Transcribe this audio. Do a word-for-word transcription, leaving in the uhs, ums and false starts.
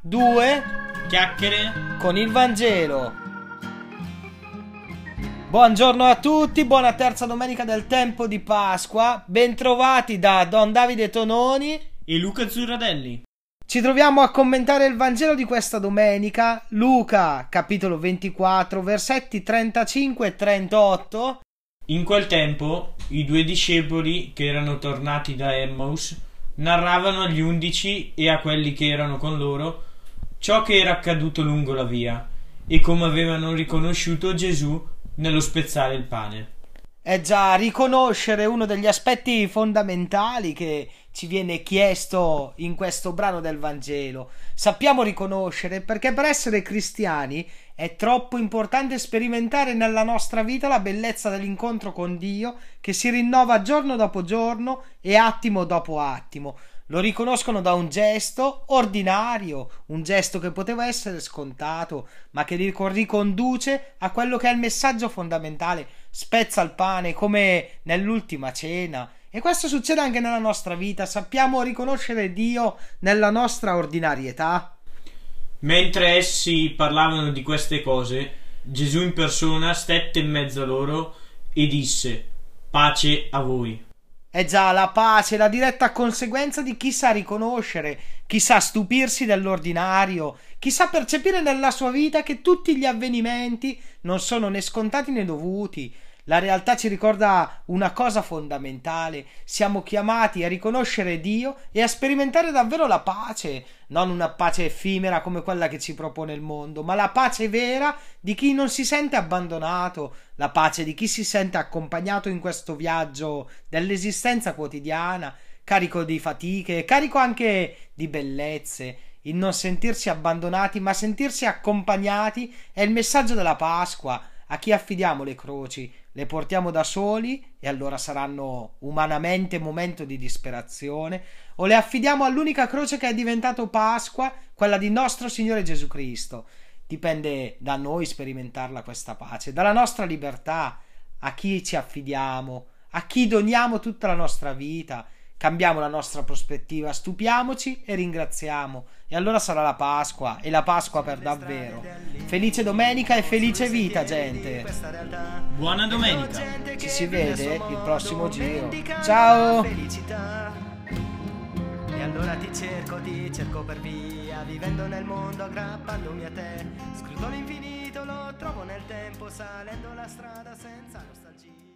due chiacchiere con il Vangelo. Buongiorno a tutti, buona terza domenica del tempo di Pasqua. Bentrovati da Don Davide Tononi e Luca Zurradelli. Ci troviamo a commentare il Vangelo di questa domenica, Luca, capitolo ventiquattro, versetti trentacinque e trentotto. In quel tempo i due discepoli che erano tornati da Emmaus narravano agli undici e a quelli che erano con loro ciò che era accaduto lungo la via e come avevano riconosciuto Gesù nello spezzare il pane. È già riconoscere uno degli aspetti fondamentali che ci viene chiesto in questo brano del Vangelo. Sappiamo riconoscere perché per essere cristiani è troppo importante sperimentare nella nostra vita la bellezza dell'incontro con Dio che si rinnova giorno dopo giorno e attimo dopo attimo. Lo riconoscono da un gesto ordinario, un gesto che poteva essere scontato, ma che riconduce a quello che è il messaggio fondamentale. Spezza il pane come nell'ultima cena. E questo succede anche nella nostra vita. Sappiamo riconoscere Dio nella nostra ordinarietà. Mentre essi parlavano di queste cose, Gesù in persona stette in mezzo a loro e disse: pace a voi. È già la pace, la diretta conseguenza di chi sa riconoscere, chi sa stupirsi dell'ordinario, chi sa percepire nella sua vita che tutti gli avvenimenti non sono né scontati né dovuti. La realtà ci ricorda una cosa fondamentale: siamo chiamati a riconoscere Dio e a sperimentare davvero la pace, non una pace effimera come quella che ci propone il mondo, ma la pace vera di chi non si sente abbandonato, la pace di chi si sente accompagnato in questo viaggio dell'esistenza quotidiana, carico di fatiche, carico anche di bellezze. Il non sentirsi abbandonati, ma sentirsi accompagnati è il messaggio della Pasqua. A chi affidiamo le croci? Le portiamo da soli e allora saranno umanamente momento di disperazione, o le affidiamo all'unica croce che è diventato Pasqua, quella di nostro Signore Gesù Cristo? Dipende da noi sperimentarla questa pace, dalla nostra libertà. A chi ci affidiamo? A chi doniamo tutta la nostra vita? Cambiamo la nostra prospettiva, stupiamoci e ringraziamo, e allora sarà la Pasqua, e la Pasqua per davvero. Felice domenica e felice vita, gente. Buona domenica. Ci si vede il prossimo giro. Ciao. E allora ti cerco, ti cerco per via, vivendo nel mondo, aggrappandomi a te. Scruto l'infinito, lo trovo nel tempo, salendo la strada senza nostalgia.